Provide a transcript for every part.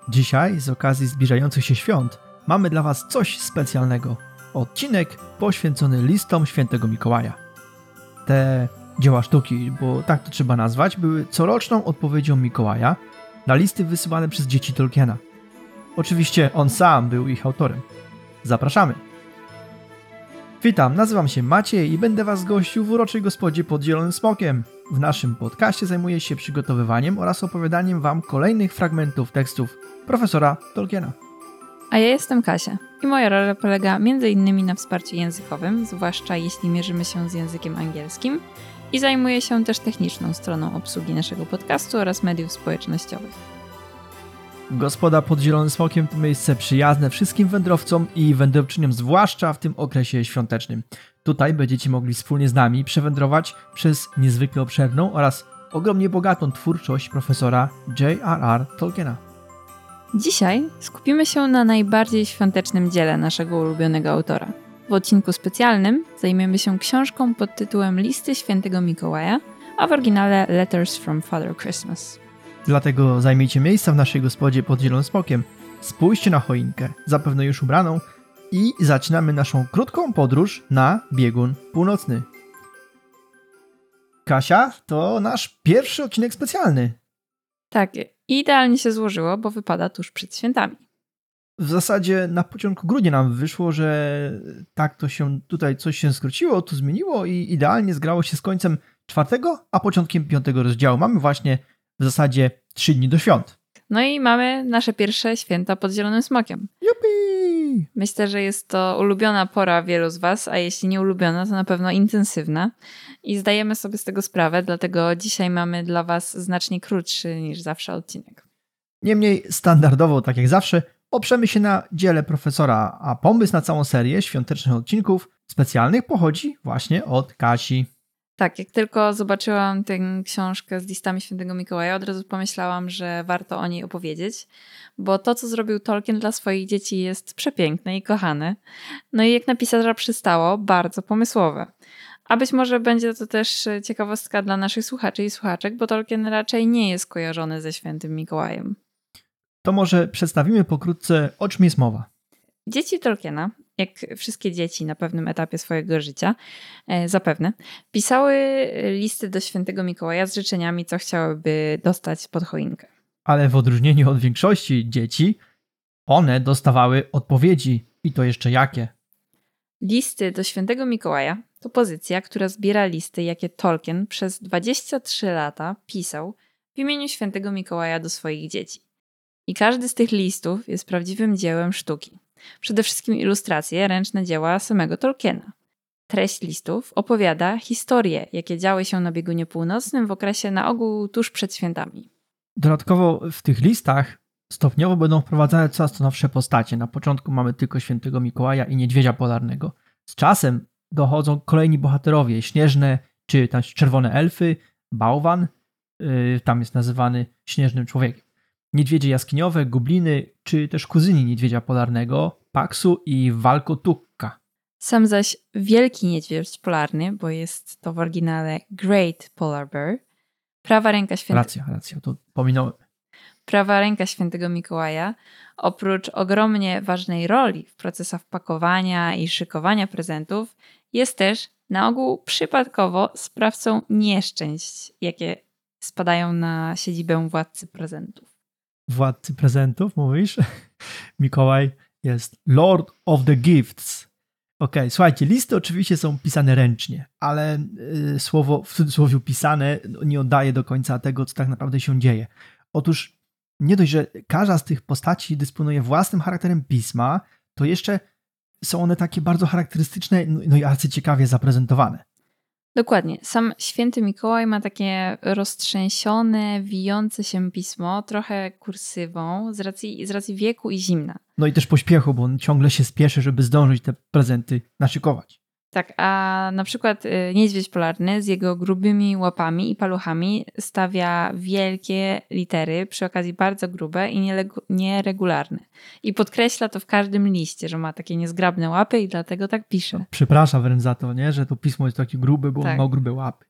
Dzisiaj, z okazji zbliżających się świąt, mamy dla Was coś specjalnego. Odcinek poświęcony listom Świętego Mikołaja. Te dzieła sztuki, bo tak to trzeba nazwać, były coroczną odpowiedzią Mikołaja na listy wysyłane przez dzieci Tolkiena. Oczywiście on sam był ich autorem. Zapraszamy! Witam, nazywam się Maciej i będę Was gościł w uroczej gospodzie pod Zielonym Smokiem. W naszym podcaście zajmuję się przygotowywaniem oraz opowiadaniem Wam kolejnych fragmentów tekstów profesora Tolkiena. A ja jestem Kasia i moja rola polega m.in. na wsparciu językowym, zwłaszcza jeśli mierzymy się z językiem angielskim, i zajmuję się też techniczną stroną obsługi naszego podcastu oraz mediów społecznościowych. Gospoda pod Zielonym Smokiem to miejsce przyjazne wszystkim wędrowcom i wędrowczyniom, zwłaszcza w tym okresie świątecznym. Tutaj będziecie mogli wspólnie z nami przewędrować przez niezwykle obszerną oraz ogromnie bogatą twórczość profesora J.R.R. Tolkiena. Dzisiaj skupimy się na najbardziej świątecznym dziele naszego ulubionego autora. W odcinku specjalnym zajmiemy się książką pod tytułem Listy Świętego Mikołaja, a w oryginale Letters from Father Christmas. Dlatego zajmijcie miejsca w naszej gospodzie pod Zielonym Smokiem, spójrzcie na choinkę, zapewne już ubraną, i zaczynamy naszą krótką podróż na biegun północny. Kasia, to nasz pierwszy odcinek specjalny. Tak, idealnie się złożyło, bo wypada tuż przed świętami. W zasadzie na początku grudnia nam wyszło, że tak to się tutaj coś się skróciło, tu zmieniło i idealnie zgrało się z końcem 4, a początkiem 5 rozdziału. Mamy właśnie w zasadzie 3 dni do świąt. No i mamy nasze pierwsze święta pod Zielonym Smokiem. Jupi! Myślę, że jest to ulubiona pora wielu z Was, a jeśli nie ulubiona, to na pewno intensywna. I zdajemy sobie z tego sprawę, dlatego dzisiaj mamy dla Was znacznie krótszy niż zawsze odcinek. Niemniej standardowo, tak jak zawsze, oprzemy się na dziele profesora, a pomysł na całą serię świątecznych odcinków specjalnych pochodzi właśnie od Kasi. Tak, jak tylko zobaczyłam tę książkę z listami Świętego Mikołaja, od razu pomyślałam, że warto o niej opowiedzieć, bo to, co zrobił Tolkien dla swoich dzieci, jest przepiękne i kochane. No i jak na pisarza przystało, bardzo pomysłowe. A być może będzie to też ciekawostka dla naszych słuchaczy i słuchaczek, bo Tolkien raczej nie jest kojarzony ze Świętym Mikołajem. To może przedstawimy pokrótce, o czym jest mowa. Dzieci Tolkiena, jak wszystkie dzieci na pewnym etapie swojego życia, zapewne, pisały listy do Świętego Mikołaja z życzeniami, co chciałyby dostać pod choinkę. Ale w odróżnieniu od większości dzieci, one dostawały odpowiedzi. I to jeszcze jakie? Listy do Świętego Mikołaja to pozycja, która zbiera listy, jakie Tolkien przez 23 lata pisał w imieniu Świętego Mikołaja do swoich dzieci. I każdy z tych listów jest prawdziwym dziełem sztuki. Przede wszystkim ilustracje, ręczne dzieła samego Tolkiena. Treść listów opowiada historie, jakie działy się na biegunie północnym w okresie na ogół tuż przed świętami. Dodatkowo w tych listach stopniowo będą wprowadzane coraz to nowsze postacie. Na początku mamy tylko Świętego Mikołaja i Niedźwiedzia Polarnego. Z czasem dochodzą kolejni bohaterowie, śnieżne czy tam czerwone elfy, bałwan, tam jest nazywany śnieżnym człowiekiem. Niedźwiedzie jaskiniowe, gobliny, czy też kuzyni Niedźwiedzia Polarnego, Paksu i Walkotukka. Sam zaś Wielki Niedźwiedź Polarny, bo jest to w oryginale Great Polar Bear, prawa ręka Racja, to pominąłem. Prawa ręka Świętego Mikołaja, oprócz ogromnie ważnej roli w procesach pakowania i szykowania prezentów, jest też na ogół przypadkowo sprawcą nieszczęść, jakie spadają na siedzibę władcy prezentów. Władcy prezentów, mówisz? Mikołaj jest Lord of the Gifts. Okej, słuchajcie, listy oczywiście są pisane ręcznie, ale słowo w cudzysłowie pisane nie oddaje do końca tego, co tak naprawdę się dzieje. Otóż nie dość, że każda z tych postaci dysponuje własnym charakterem pisma, to jeszcze są one takie bardzo charakterystyczne, no i arcyciekawie zaprezentowane. Dokładnie. Sam Święty Mikołaj ma takie roztrzęsione, wijące się pismo, trochę kursywą, z racji wieku i zimna. No i też pośpiechu, bo on ciągle się spieszy, żeby zdążyć te prezenty naszykować. Tak, a na przykład Niedźwiedź Polarny z jego grubymi łapami i paluchami stawia wielkie litery, przy okazji bardzo grube i nieregularne. I podkreśla to w każdym liście, że ma takie niezgrabne łapy i dlatego tak pisze. No, przepraszam wręcz za to, nie? Że to pismo jest takie grube, bo tak. On ma grube łapy.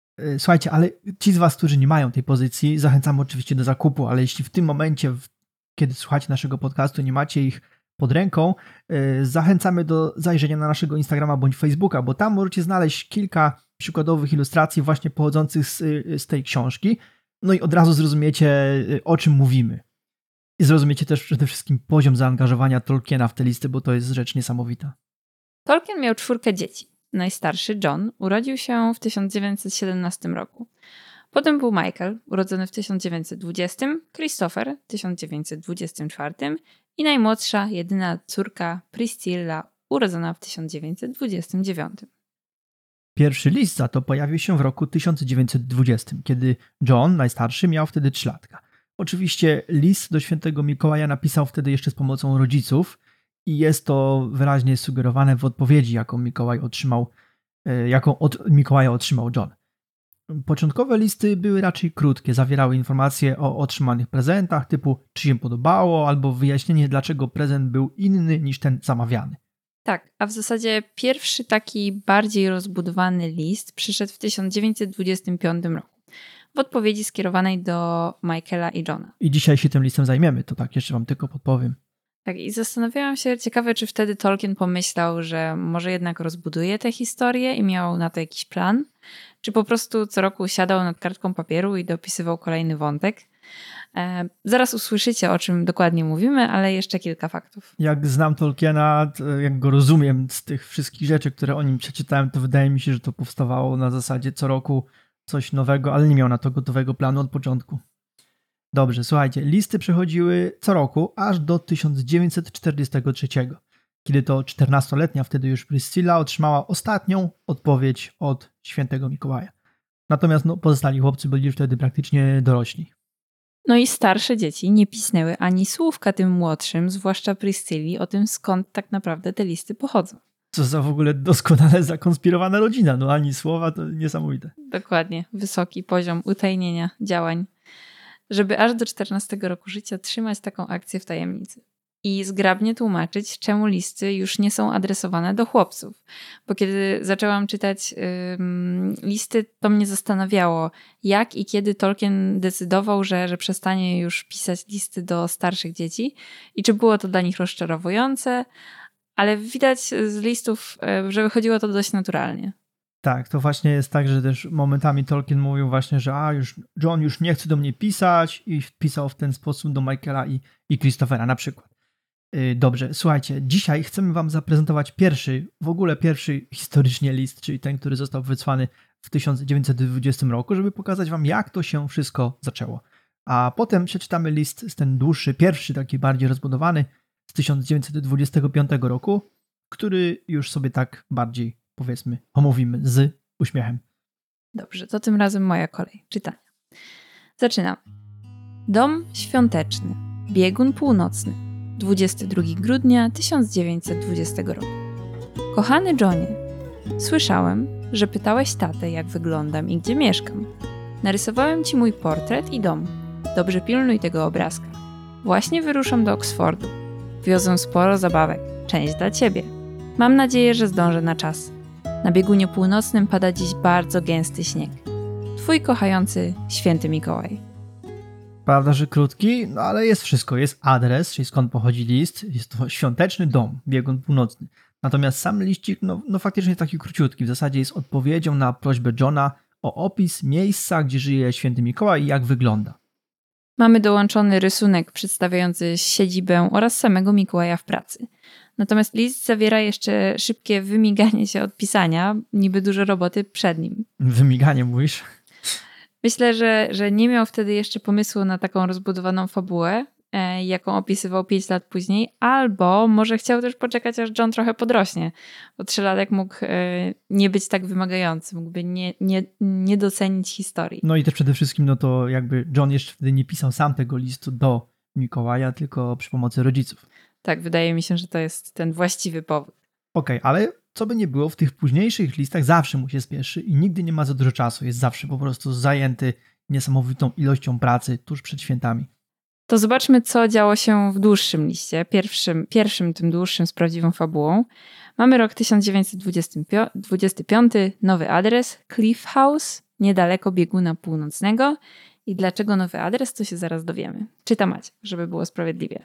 Słuchajcie, ale ci z was, którzy nie mają tej pozycji, zachęcamy oczywiście do zakupu, ale jeśli w tym momencie kiedy słuchacie naszego podcastu, nie macie ich pod ręką, zachęcamy do zajrzenia na naszego Instagrama bądź Facebooka, bo tam możecie znaleźć kilka przykładowych ilustracji właśnie pochodzących z tej książki. No i od razu zrozumiecie, o czym mówimy. I zrozumiecie też przede wszystkim poziom zaangażowania Tolkiena w te listy, bo to jest rzecz niesamowita. Tolkien miał 4 dzieci. Najstarszy, John, urodził się w 1917 roku. Potem był Michael, urodzony w 1920, Christopher w 1924 i najmłodsza, jedyna córka Priscilla, urodzona w 1929. Pierwszy list za to pojawił się w roku 1920, kiedy John, najstarszy, miał wtedy 3 latka. Oczywiście list do świętego Mikołaja napisał wtedy jeszcze z pomocą rodziców i jest to wyraźnie sugerowane w odpowiedzi, jaką od Mikołaja otrzymał John. Początkowe listy były raczej krótkie, zawierały informacje o otrzymanych prezentach typu czy się podobało, albo wyjaśnienie, dlaczego prezent był inny niż ten zamawiany. Tak, a w zasadzie pierwszy taki bardziej rozbudowany list przyszedł w 1925 roku. W odpowiedzi skierowanej do Michaela i Johna. I dzisiaj się tym listem zajmiemy, to tak jeszcze wam tylko podpowiem. Tak, i zastanawiałam się, ciekawe, czy wtedy Tolkien pomyślał, że może jednak rozbuduje tę historię i miał na to jakiś plan, czy po prostu co roku siadał nad kartką papieru i dopisywał kolejny wątek. Zaraz usłyszycie, o czym dokładnie mówimy, ale jeszcze kilka faktów. Jak znam Tolkiena, jak go rozumiem z tych wszystkich rzeczy, które o nim przeczytałem, to wydaje mi się, że to powstawało na zasadzie co roku coś nowego, ale nie miał na to gotowego planu od początku. Dobrze, słuchajcie, listy przechodziły co roku aż do 1943, kiedy to 14-letnia wtedy już Priscilla otrzymała ostatnią odpowiedź od świętego Mikołaja. Natomiast pozostali chłopcy byli już wtedy praktycznie dorośli. No i starsze dzieci nie pisnęły ani słówka tym młodszym, zwłaszcza Priscilli, o tym, skąd tak naprawdę te listy pochodzą. Co za w ogóle doskonale zakonspirowana rodzina, ani słowa, to niesamowite. Dokładnie, wysoki poziom utajnienia działań, żeby aż do 14 roku życia trzymać taką akcję w tajemnicy. I zgrabnie tłumaczyć, czemu listy już nie są adresowane do chłopców. Bo kiedy zaczęłam czytać listy, to mnie zastanawiało, jak i kiedy Tolkien decydował, że przestanie już pisać listy do starszych dzieci i czy było to dla nich rozczarowujące, ale widać z listów, że wychodziło to dość naturalnie. Tak, to właśnie jest tak, że też momentami Tolkien mówił właśnie, że John już nie chce do mnie pisać i pisał w ten sposób do Michaela i Christophera na przykład. Dobrze, słuchajcie, dzisiaj chcemy wam zaprezentować pierwszy historycznie list, czyli ten, który został wysłany w 1920 roku, żeby pokazać wam, jak to się wszystko zaczęło. A potem przeczytamy list, ten dłuższy, pierwszy, taki bardziej rozbudowany z 1925 roku, który już sobie tak bardziej, powiedzmy, omówimy z uśmiechem. Dobrze, to tym razem moja kolej czytania. Zaczynam. Dom świąteczny, biegun północny. 22 grudnia 1920 roku. Kochany Johnie, słyszałem, że pytałeś tatę, jak wyglądam i gdzie mieszkam. Narysowałem ci mój portret i dom. Dobrze pilnuj tego obrazka. Właśnie wyruszam do Oksfordu. Wiozę sporo zabawek, część dla ciebie. Mam nadzieję, że zdążę na czas. Na biegunie północnym pada dziś bardzo gęsty śnieg. Twój kochający Święty Mikołaj. Prawda, że krótki, ale jest wszystko. Jest adres, czyli skąd pochodzi list. Jest to świąteczny dom, biegun północny. Natomiast sam liścik, faktycznie jest taki króciutki. W zasadzie jest odpowiedzią na prośbę Johna o opis miejsca, gdzie żyje Święty Mikołaj i jak wygląda. Mamy dołączony rysunek przedstawiający siedzibę oraz samego Mikołaja w pracy. Natomiast list zawiera jeszcze szybkie wymiganie się od pisania, niby dużo roboty przed nim. Wymiganie mówisz? Myślę, że nie miał wtedy jeszcze pomysłu na taką rozbudowaną fabułę, jaką opisywał 5 lat później, albo może chciał też poczekać, aż John trochę podrośnie, bo 3-latek mógł nie być tak wymagający, mógłby nie docenić historii. No i też przede wszystkim, to jakby John jeszcze wtedy nie pisał sam tego listu do Mikołaja, tylko przy pomocy rodziców. Tak, wydaje mi się, że to jest ten właściwy powód. Okej, ale co by nie było, w tych późniejszych listach zawsze mu się spieszy i nigdy nie ma za dużo czasu. Jest zawsze po prostu zajęty niesamowitą ilością pracy tuż przed świętami. To zobaczmy, co działo się w dłuższym liście, pierwszym tym dłuższym z prawdziwą fabułą. Mamy rok 1925, nowy adres, Cliff House, niedaleko bieguna północnego I dlaczego nowy adres, to się zaraz dowiemy. Czyta Macie, żeby było sprawiedliwie.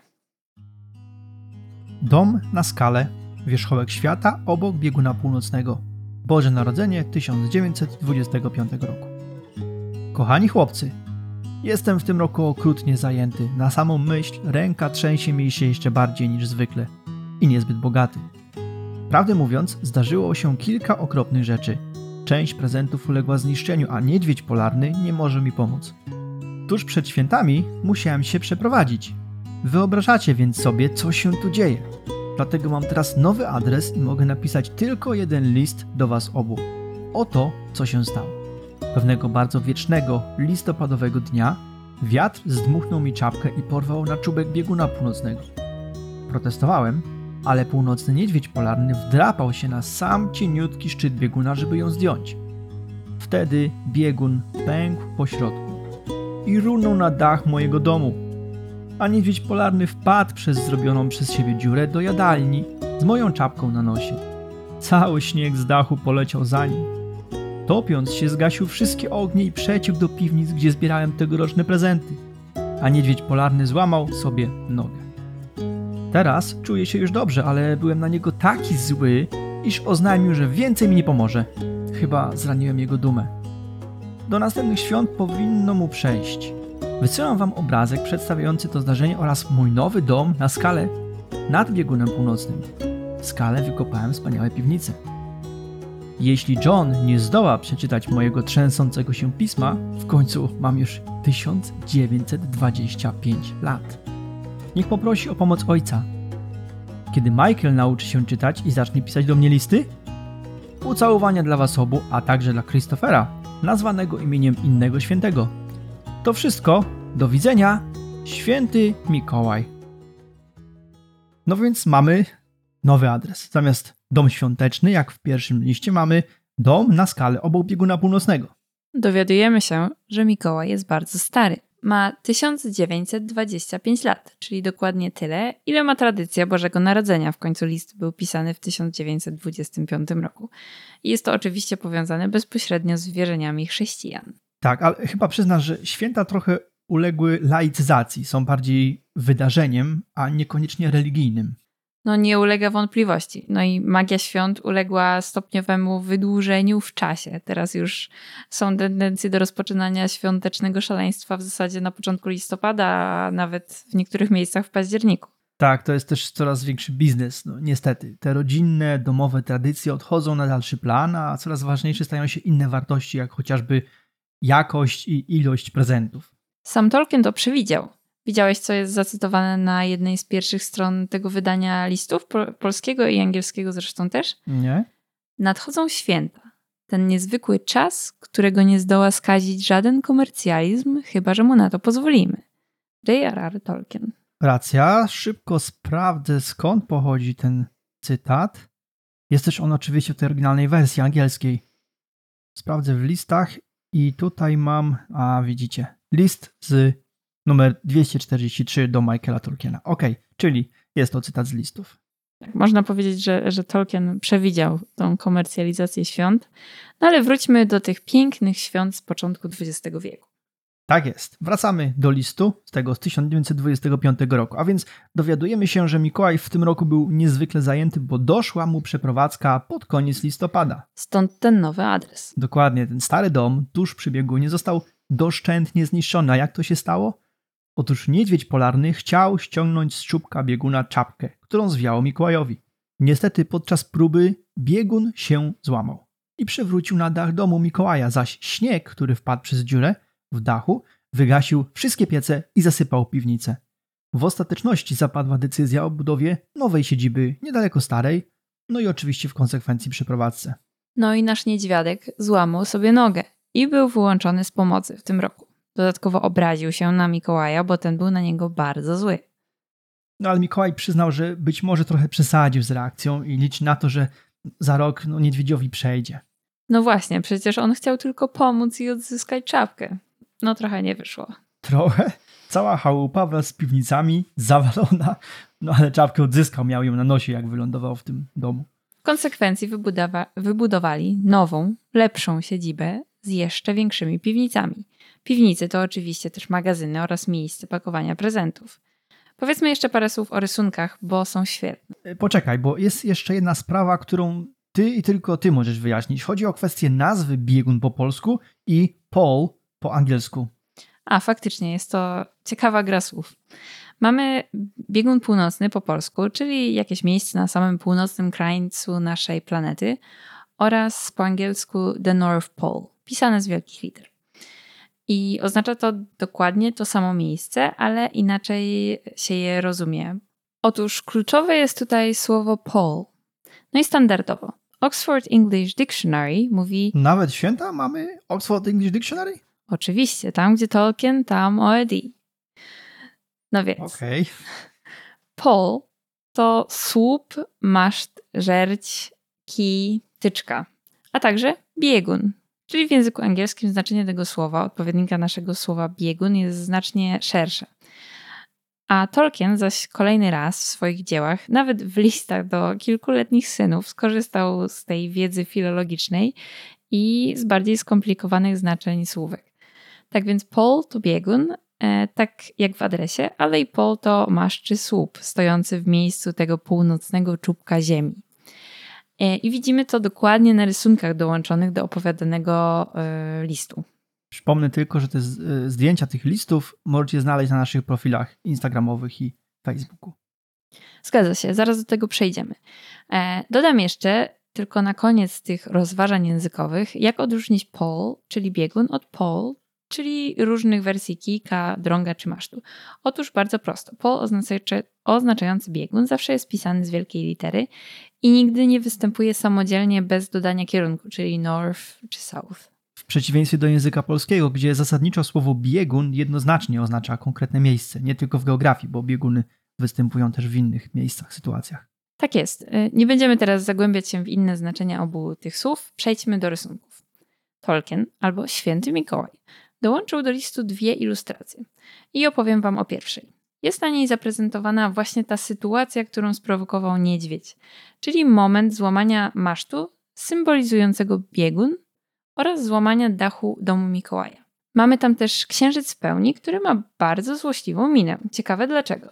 Dom na Skale, wierzchołek świata obok bieguna północnego. Boże Narodzenie 1925 roku. Kochani chłopcy, jestem w tym roku okrutnie zajęty. Na samą myśl ręka trzęsie mi się jeszcze bardziej niż zwykle. I niezbyt bogaty. Prawdę mówiąc, zdarzyło się kilka okropnych rzeczy. Część prezentów uległa zniszczeniu, a niedźwiedź polarny nie może mi pomóc. Tuż przed świętami musiałem się przeprowadzić. Wyobrażacie więc sobie, co się tu dzieje. Dlatego mam teraz nowy adres i mogę napisać tylko jeden list do was obu. Oto, co się stało. Pewnego bardzo wiecznego, listopadowego dnia wiatr zdmuchnął mi czapkę i porwał na czubek bieguna północnego. Protestowałem, ale północny niedźwiedź polarny wdrapał się na sam cieniutki szczyt bieguna, żeby ją zdjąć. Wtedy biegun pękł po środku i runął na dach mojego domu, a niedźwiedź polarny wpadł przez zrobioną przez siebie dziurę do jadalni z moją czapką na nosie. Cały śnieg z dachu poleciał za nim. Topiąc się, zgasił wszystkie ognie i przeciekł do piwnic, gdzie zbierałem tegoroczne prezenty, a niedźwiedź polarny złamał sobie nogę. Teraz czuję się już dobrze, ale byłem na niego taki zły, iż oznajmił, że więcej mi nie pomoże. Chyba zraniłem jego dumę. Do następnych świąt powinno mu przejść. Wysyłam wam obrazek przedstawiający to zdarzenie oraz mój nowy dom na Skale nad biegunem północnym. W Skale wykopałem wspaniałe piwnice. Jeśli John nie zdoła przeczytać mojego trzęsącego się pisma, w końcu mam już 1925 lat. Niech poprosi o pomoc ojca. Kiedy Michael nauczy się czytać i zacznie pisać do mnie listy? Ucałowania dla was obu, a także dla Christophera, nazwanego imieniem innego świętego. To wszystko. Do widzenia. Święty Mikołaj. No więc mamy nowy adres. Zamiast dom świąteczny, jak w pierwszym liście, mamy dom na Skale obok bieguna północnego. Dowiadujemy się, że Mikołaj jest bardzo stary. Ma 1925 lat, czyli dokładnie tyle, ile ma tradycja Bożego Narodzenia. W końcu list był pisany w 1925 roku. I jest to oczywiście powiązane bezpośrednio z wierzeniami chrześcijan. Tak, ale chyba przyznasz, że święta trochę uległy laicyzacji. Są bardziej wydarzeniem, a niekoniecznie religijnym. No nie ulega wątpliwości. No i magia świąt uległa stopniowemu wydłużeniu w czasie. Teraz już są tendencje do rozpoczynania świątecznego szaleństwa w zasadzie na początku listopada, a nawet w niektórych miejscach w październiku. Tak, to jest też coraz większy biznes. No, niestety, te rodzinne, domowe tradycje odchodzą na dalszy plan, a coraz ważniejsze stają się inne wartości, jak chociażby jakość i ilość prezentów. Sam Tolkien to przewidział. Widziałeś, co jest zacytowane na jednej z pierwszych stron tego wydania listów, polskiego i angielskiego zresztą też? Nie? Nadchodzą święta. Ten niezwykły czas, którego nie zdoła skazić żaden komercjalizm, chyba że mu na to pozwolimy. J.R.R. Tolkien. Racja, szybko sprawdzę, skąd pochodzi ten cytat. Jest też on oczywiście w tej oryginalnej wersji angielskiej. Sprawdzę w listach i tutaj mam, widzicie, list z numer 243 do Michaela Tolkiena. Czyli jest to cytat z listów. Tak, można powiedzieć, że Tolkien przewidział tą komercjalizację świąt. No ale wróćmy do tych pięknych świąt z początku XX wieku. Tak jest. Wracamy do listu z tego z 1925 roku. A więc dowiadujemy się, że Mikołaj w tym roku był niezwykle zajęty, bo doszła mu przeprowadzka pod koniec listopada. Stąd ten nowy adres. Dokładnie. Ten stary dom tuż przy biegunie został doszczętnie zniszczony. A jak to się stało? Otóż niedźwiedź polarny chciał ściągnąć z czubka bieguna czapkę, którą zwiało Mikołajowi. Niestety podczas próby biegun się złamał i przewrócił na dach domu Mikołaja, zaś śnieg, który wpadł przez dziurę w dachu, wygasił wszystkie piece i zasypał piwnicę. W ostateczności zapadła decyzja o budowie nowej siedziby niedaleko starej, no i oczywiście w konsekwencji przeprowadzce. No i nasz niedźwiadek złamał sobie nogę i był wyłączony z pomocy w tym roku. Dodatkowo obraził się na Mikołaja, bo ten był na niego bardzo zły. No ale Mikołaj przyznał, że być może trochę przesadził z reakcją i liczy na to, że za rok niedźwiedziowi przejdzie. No właśnie, przecież on chciał tylko pomóc i odzyskać czapkę. No trochę nie wyszło. Trochę? Cała chałupa wraz z piwnicami zawalona, no ale czapkę odzyskał, miał ją na nosie, jak wylądował w tym domu. W konsekwencji wybudowali nową, lepszą siedzibę z jeszcze większymi piwnicami. Piwnice to oczywiście też magazyny oraz miejsce pakowania prezentów. Powiedzmy jeszcze parę słów o rysunkach, bo są świetne. Poczekaj, bo jest jeszcze jedna sprawa, którą ty i tylko ty możesz wyjaśnić. Chodzi o kwestię nazwy biegun po polsku i pole po angielsku. A, faktycznie, jest to ciekawa gra słów. Mamy biegun północny po polsku, czyli jakieś miejsce na samym północnym krańcu naszej planety, oraz po angielsku The North Pole, pisane z wielkich liter. I oznacza to dokładnie to samo miejsce, ale inaczej się je rozumie. Otóż kluczowe jest tutaj słowo pole. No i standardowo. Oxford English Dictionary mówi... Nawet święta mamy Oxford English Dictionary? Oczywiście, tam gdzie Tolkien, tam OED. No więc... Okej. Pole to słup, maszt, żerdź, kij, tyczka, a także biegun. Czyli w języku angielskim znaczenie tego słowa, odpowiednika naszego słowa biegun, jest znacznie szersze. A Tolkien zaś kolejny raz w swoich dziełach, nawet w listach do kilkuletnich synów, skorzystał z tej wiedzy filologicznej i z bardziej skomplikowanych znaczeń słówek. Tak więc pole to biegun, tak jak w adresie, ale i pole to maszt czy słup stojący w miejscu tego północnego czubka ziemi. I widzimy to dokładnie na rysunkach dołączonych do opowiadanego listu. Przypomnę tylko, że te zdjęcia tych listów możecie znaleźć na naszych profilach instagramowych i Facebooku. Zgadza się, zaraz do tego przejdziemy. Dodam jeszcze tylko na koniec tych rozważań językowych, jak odróżnić pole, czyli biegun, od pole, czyli różnych wersji kijka, drąga czy masztu. Otóż bardzo prosto. Pole oznaczający biegun zawsze jest pisany z wielkiej litery i nigdy nie występuje samodzielnie bez dodania kierunku, czyli north czy south. W przeciwieństwie do języka polskiego, gdzie zasadniczo słowo biegun jednoznacznie oznacza konkretne miejsce, nie tylko w geografii, bo bieguny występują też w innych miejscach, sytuacjach. Tak jest. Nie będziemy teraz zagłębiać się w inne znaczenia obu tych słów. Przejdźmy do rysunków. Tolkien, albo Święty Mikołaj, dołączył do listu 2 ilustracje i opowiem wam o pierwszej. Jest na niej zaprezentowana właśnie ta sytuacja, którą sprowokował niedźwiedź, czyli moment złamania masztu symbolizującego biegun oraz złamania dachu domu Mikołaja. Mamy tam też księżyc w pełni, który ma bardzo złośliwą minę. Ciekawe dlaczego.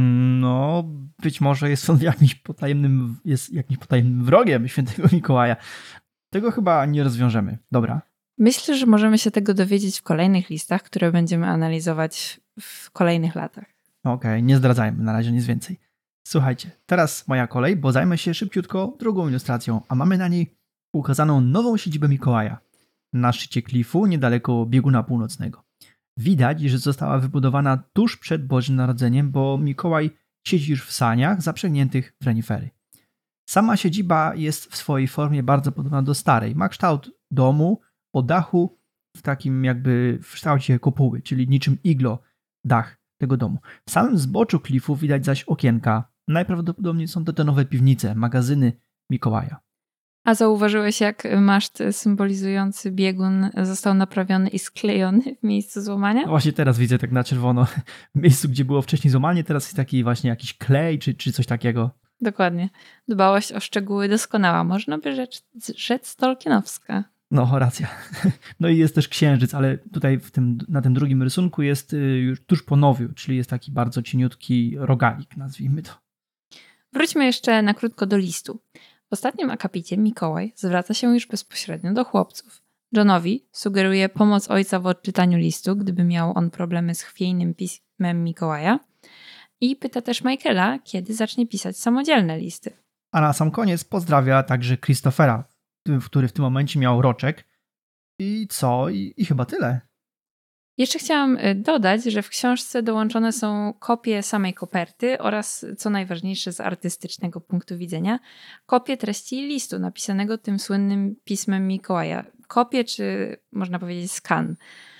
No, być może jest on jakimś potajemnym wrogiem Świętego Mikołaja. Tego chyba nie rozwiążemy. Dobra. Myślę, że możemy się tego dowiedzieć w kolejnych listach, które będziemy analizować w kolejnych latach. Okej, nie zdradzajmy, na razie nic więcej. Słuchajcie, teraz moja kolej, bo zajmę się szybciutko drugą ilustracją, a mamy na niej ukazaną nową siedzibę Mikołaja na szczycie klifu niedaleko bieguna północnego. Widać, że została wybudowana tuż przed Bożym Narodzeniem, bo Mikołaj siedzi już w saniach zaprzęgniętych w renifery. Sama siedziba jest w swojej formie bardzo podobna do starej. Ma kształt domu o dachu w takim jakby w kształcie kopuły, czyli niczym iglo dach tego domu. W samym zboczu klifu widać zaś okienka. Najprawdopodobniej są to te nowe piwnice, magazyny Mikołaja. A zauważyłeś, jak maszt symbolizujący biegun został naprawiony i sklejony w miejscu złamania? No właśnie teraz widzę tak na czerwono. W miejscu, gdzie było wcześniej złamanie, teraz jest taki właśnie jakiś klej czy coś takiego. Dokładnie. Dbałość o szczegóły doskonała. Można by rzec tolkienowska. No, racja. No i jest też księżyc, ale tutaj na tym drugim rysunku jest już tuż po nowiu, czyli jest taki bardzo cieniutki rogalik, nazwijmy to. Wróćmy jeszcze na krótko do listu. W ostatnim akapicie Mikołaj zwraca się już bezpośrednio do chłopców. Johnowi sugeruje pomoc ojca w odczytaniu listu, gdyby miał on problemy z chwiejnym pismem Mikołaja. I pyta też Michaela, kiedy zacznie pisać samodzielne listy. A na sam koniec pozdrawia także Christophera, który w tym momencie miał roczek. I co? I chyba tyle. Jeszcze chciałam dodać, że w książce dołączone są kopie samej koperty oraz, co najważniejsze z artystycznego punktu widzenia, kopie treści listu napisanego tym słynnym pismem Mikołaja. Kopie, czy można powiedzieć skan.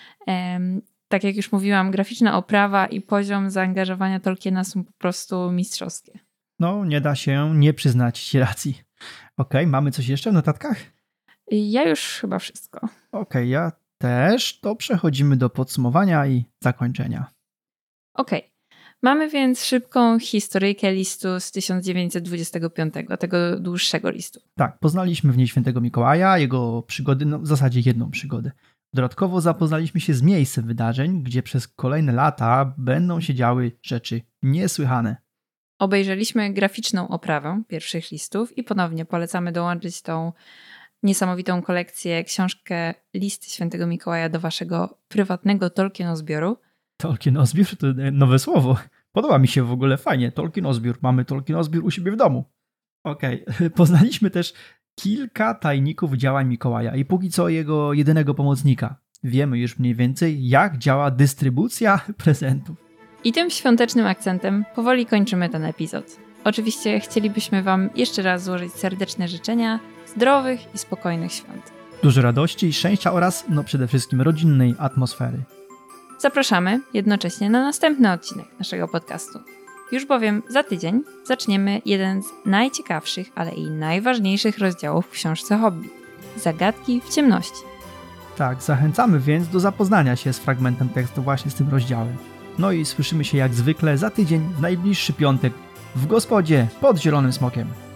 Tak jak już mówiłam, graficzna oprawa i poziom zaangażowania Tolkiena są po prostu mistrzowskie. No, nie da się nie przyznać ci racji. Okej, mamy coś jeszcze w notatkach? Ja już chyba wszystko. Okej, ja też. To przechodzimy do podsumowania i zakończenia. Okej. Mamy więc szybką historyjkę listu z 1925, tego dłuższego listu. Tak, poznaliśmy w niej świętego Mikołaja, jego przygody, no w zasadzie jedną przygodę. Dodatkowo zapoznaliśmy się z miejscem wydarzeń, gdzie przez kolejne lata będą się działy rzeczy niesłychane. Obejrzeliśmy graficzną oprawę pierwszych listów i ponownie polecamy dołączyć tą niesamowitą kolekcję, książkę Listy Świętego Mikołaja do waszego prywatnego Tolkienozbioru. Tolkienozbiór to nowe słowo. Podoba mi się w ogóle fajnie. Tolkienozbiór. Mamy Tolkienozbiór u siebie w domu. Okej. Poznaliśmy też kilka tajników działań Mikołaja i póki co jego jedynego pomocnika. Wiemy już mniej więcej, jak działa dystrybucja prezentów. I tym świątecznym akcentem powoli kończymy ten epizod. Oczywiście chcielibyśmy wam jeszcze raz złożyć serdeczne życzenia zdrowych i spokojnych świąt. Dużo radości i szczęścia oraz, przede wszystkim rodzinnej atmosfery. Zapraszamy jednocześnie na następny odcinek naszego podcastu. Już bowiem za tydzień zaczniemy jeden z najciekawszych, ale i najważniejszych rozdziałów w książce Hobbit – Zagadki w ciemności. Tak, zachęcamy więc do zapoznania się z fragmentem tekstu właśnie z tym rozdziałem. No i słyszymy się jak zwykle za tydzień w najbliższy piątek w gospodzie pod Zielonym Smokiem.